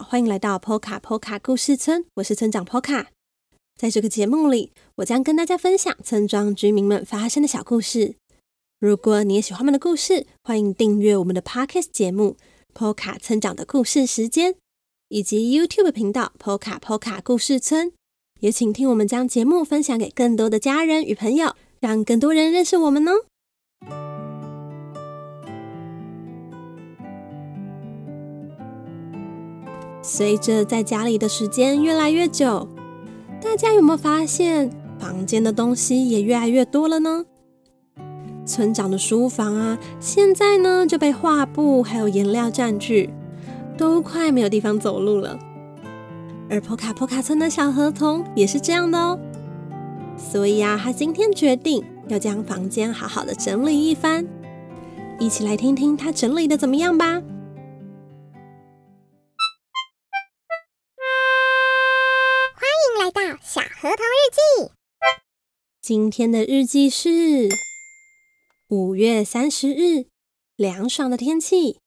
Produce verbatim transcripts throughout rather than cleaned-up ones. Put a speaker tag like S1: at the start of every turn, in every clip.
S1: 欢迎来到 Poca Poca 故事村，我是村长 Poca。在这个节目里，我将跟大家分享村庄居民们发生的小故事。如果你也喜欢我们的故事，欢迎订阅我们的 Podcast 节目 Poca 村长的故事时间，以及 YouTube 频道 Poca Poca 故事村。也请听我们将节目分享给更多的家人与朋友，让更多人认识我们哦。随着在家里的时间越来越久，大家有没有发现房间的东西也越来越多了呢？村长的书房啊，现在呢就被画布还有颜料占据，都快没有地方走路了。而波卡波卡村的小河童也是这样的哦，所以啊，他今天决定要将房间好好的整理一番，一起来听听他整理的怎么样吧。
S2: 小河童日记，
S1: 今天的日记是五月三十日，凉爽的天气。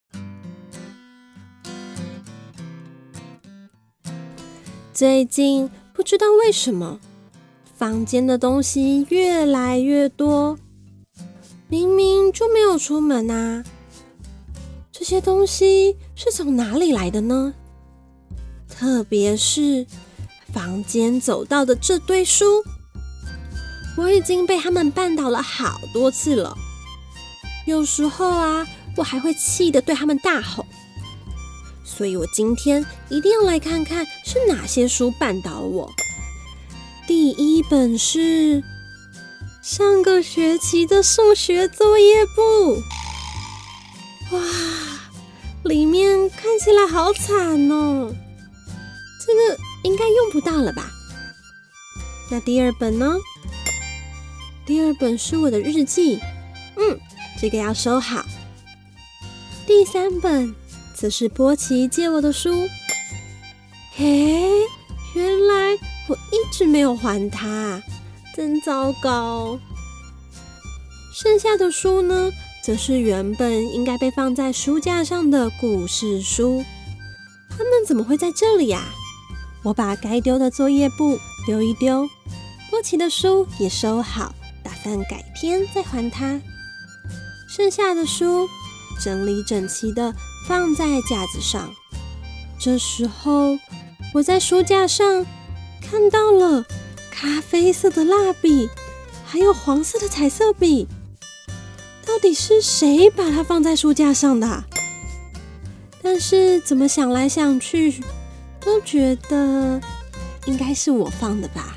S1: 最近不知道为什么，房间的东西越来越多，明明就没有出门啊，这些东西是从哪里来的呢？特别是房间走道的这堆书，我已经被他们绊倒了好多次了。有时候啊，我还会气得对他们大吼。所以我今天一定要来看看是哪些书绊倒我。第一本是上个学期的数学作业簿，哇，里面看起来好惨哦。这个应该用不到了吧？那第二本呢？第二本是我的日记，嗯，这个要收好。第三本则是波奇借我的书，嘿，原来我一直没有还他，真糟糕。剩下的书呢，则是原本应该被放在书架上的故事书，它们怎么会在这里啊？我把该丢的作业簿丢一丢，波奇的书也收好，打算改天再还他。剩下的书整理整齐的放在架子上。这时候，我在书架上看到了咖啡色的蜡笔，还有黄色的彩色笔。到底是谁把它放在书架上的啊？但是怎么想来想去，都觉得应该是我放的吧。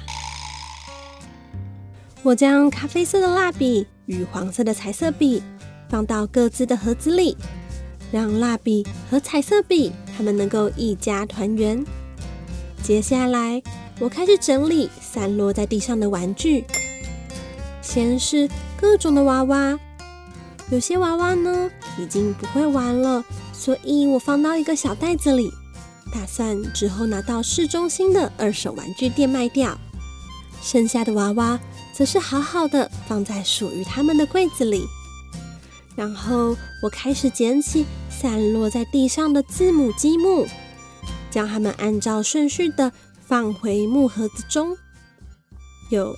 S1: 我将咖啡色的蜡笔与黄色的彩色笔放到各自的盒子里，让蜡笔和彩色笔它们能够一家团圆。接下来，我开始整理散落在地上的玩具。先是各种的娃娃，有些娃娃呢已经不会玩了，所以我放到一个小袋子里，打算之后拿到市中心的二手玩具店卖掉。剩下的娃娃则是好好的放在属于他们的柜子里。然后我开始捡起散落在地上的字母积木，将它们按照顺序的放回木盒子中。有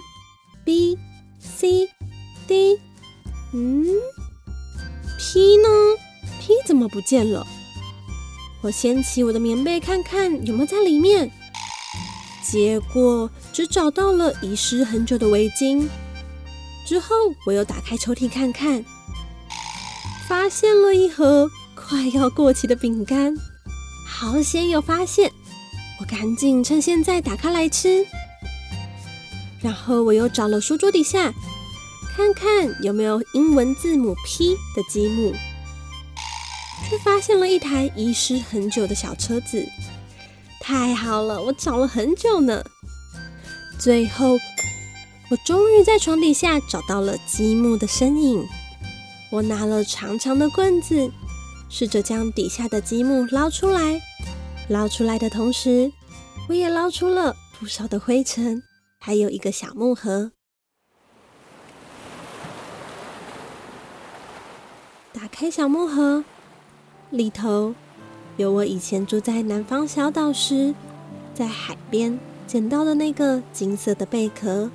S1: A、B、C、D， 嗯 P 呢 ？P 怎么不见了？我掀起我的棉被看看有没有在里面，结果只找到了遗失很久的围巾。之后我又打开抽屉看看，发现了一盒快要过期的饼干，好险有发现，我赶紧趁现在打开来吃。然后我又找了书桌底下，看看有没有英文字母 P 的积木，却发现了一台遗失很久的小车子。太好了，我找了很久呢。最后，我终于在床底下找到了积木的身影。我拿了长长的棍子，试着将底下的积木捞出来。捞出来的同时，我也捞出了不少的灰尘，还有一个小木盒。打开小木盒，里头有我以前住在南方小岛时，在海边捡到的那个金色的贝壳，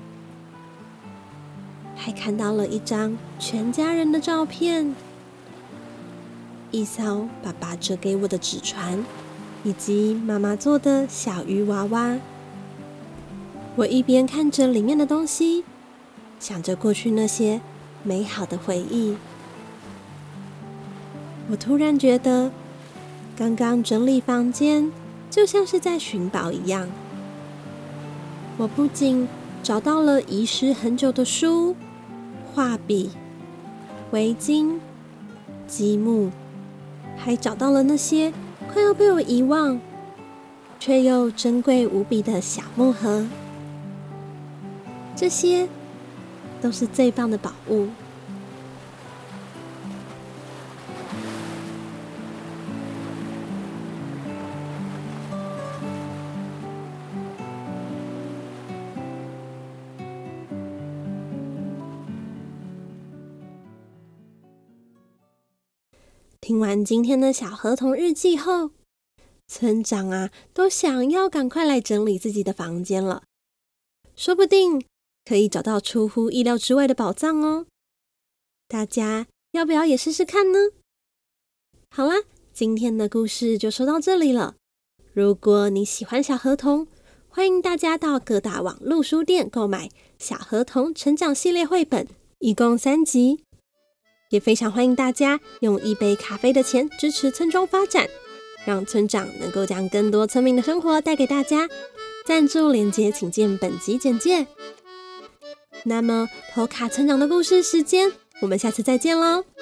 S1: 还看到了一张全家人的照片，一艘爸爸折给我的纸船，以及妈妈做的小鱼娃娃。我一边看着里面的东西，想着过去那些美好的回忆。我突然觉得，刚刚整理房间就像是在寻宝一样。我不仅找到了遗失很久的书、画笔、围巾、积木，还找到了那些快要被我遗忘却又珍贵无比的小木盒。这些都是最棒的宝物。听完今天的小河童日记后，村长啊都想要赶快来整理自己的房间了，说不定可以找到出乎意料之外的宝藏哦。大家要不要也试试看呢？好啦，今天的故事就说到这里了。如果你喜欢小河童，欢迎大家到各大网络书店购买《小河童成长系列》绘本，一共三集。也非常欢迎大家用一杯咖啡的钱支持村庄发展，让村长能够将更多村民的生活带给大家。赞助连结请见本集简介。那么，头卡村长的故事时间，我们下次再见喽。